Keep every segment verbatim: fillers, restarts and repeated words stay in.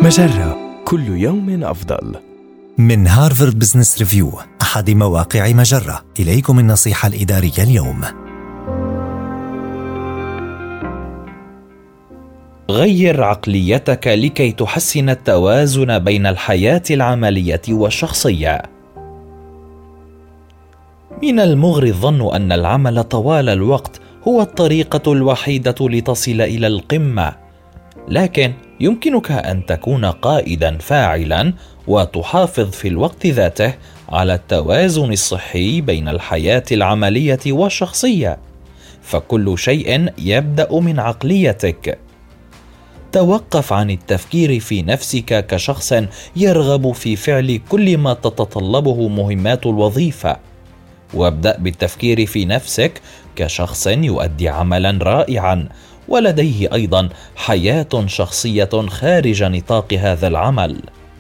مجرة، كل يوم أفضل. من هارفارد بزنس ريفيو، أحد مواقع مجرة، إليكم النصيحة الإدارية اليوم. غير عقليتك لكي تحسن التوازن بين الحياة العملية والشخصية. من المغري الظن أن العمل طوال الوقت هو الطريقة الوحيدة لتصل إلى القمة، لكن يمكنك أن تكون قائداً فاعلاً وتحافظ في الوقت ذاته على التوازن الصحي بين الحياة العملية والشخصية، فكل شيء يبدأ من عقليتك. توقف عن التفكير في نفسك كشخص يرغب في فعل كل ما تتطلبه مهمات الوظيفة، وابدأ بالتفكير في نفسك كشخص يؤدي عملا رائعا ولديه أيضا حياة شخصية خارج نطاق هذا العمل.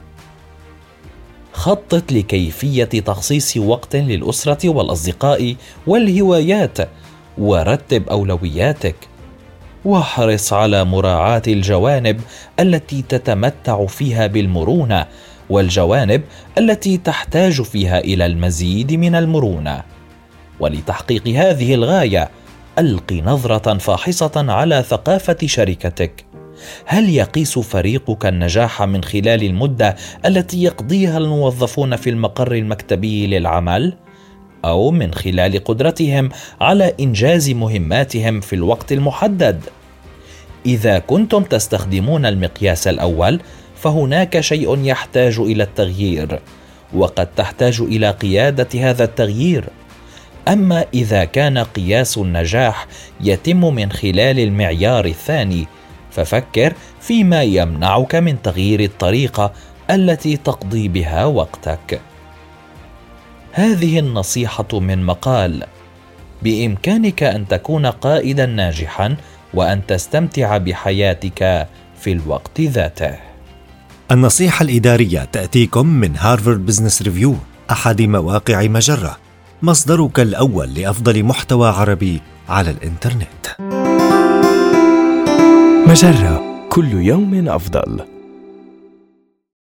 خطط لكيفية تخصيص وقت للأسرة والأصدقاء والهوايات، ورتب أولوياتك، واحرص على مراعاة الجوانب التي تتمتع فيها بالمرونة والجوانب التي تحتاج فيها إلى المزيد من المرونة. ولتحقيق هذه الغاية، ألق نظرة فاحصة على ثقافة شركتك. هل يقيس فريقك النجاح من خلال المدة التي يقضيها الموظفون في المقر المكتبي للعمل، أو من خلال قدرتهم على إنجاز مهماتهم في الوقت المحدد؟ إذا كنتم تستخدمون المقياس الأول، فهناك شيء يحتاج إلى التغيير، وقد تحتاج إلى قيادة هذا التغيير. أما إذا كان قياس النجاح يتم من خلال المعيار الثاني، ففكر فيما يمنعك من تغيير الطريقة التي تقضي بها وقتك. هذه النصيحة من مقال: بإمكانك أن تكون قائدا ناجحا وأن تستمتع بحياتك في الوقت ذاته. النصيحة الإدارية تأتيكم من هارفارد بزنس ريفيو، أحد مواقع مجرة، مصدرك الأول لأفضل محتوى عربي على الإنترنت. مجرة، كل يوم أفضل.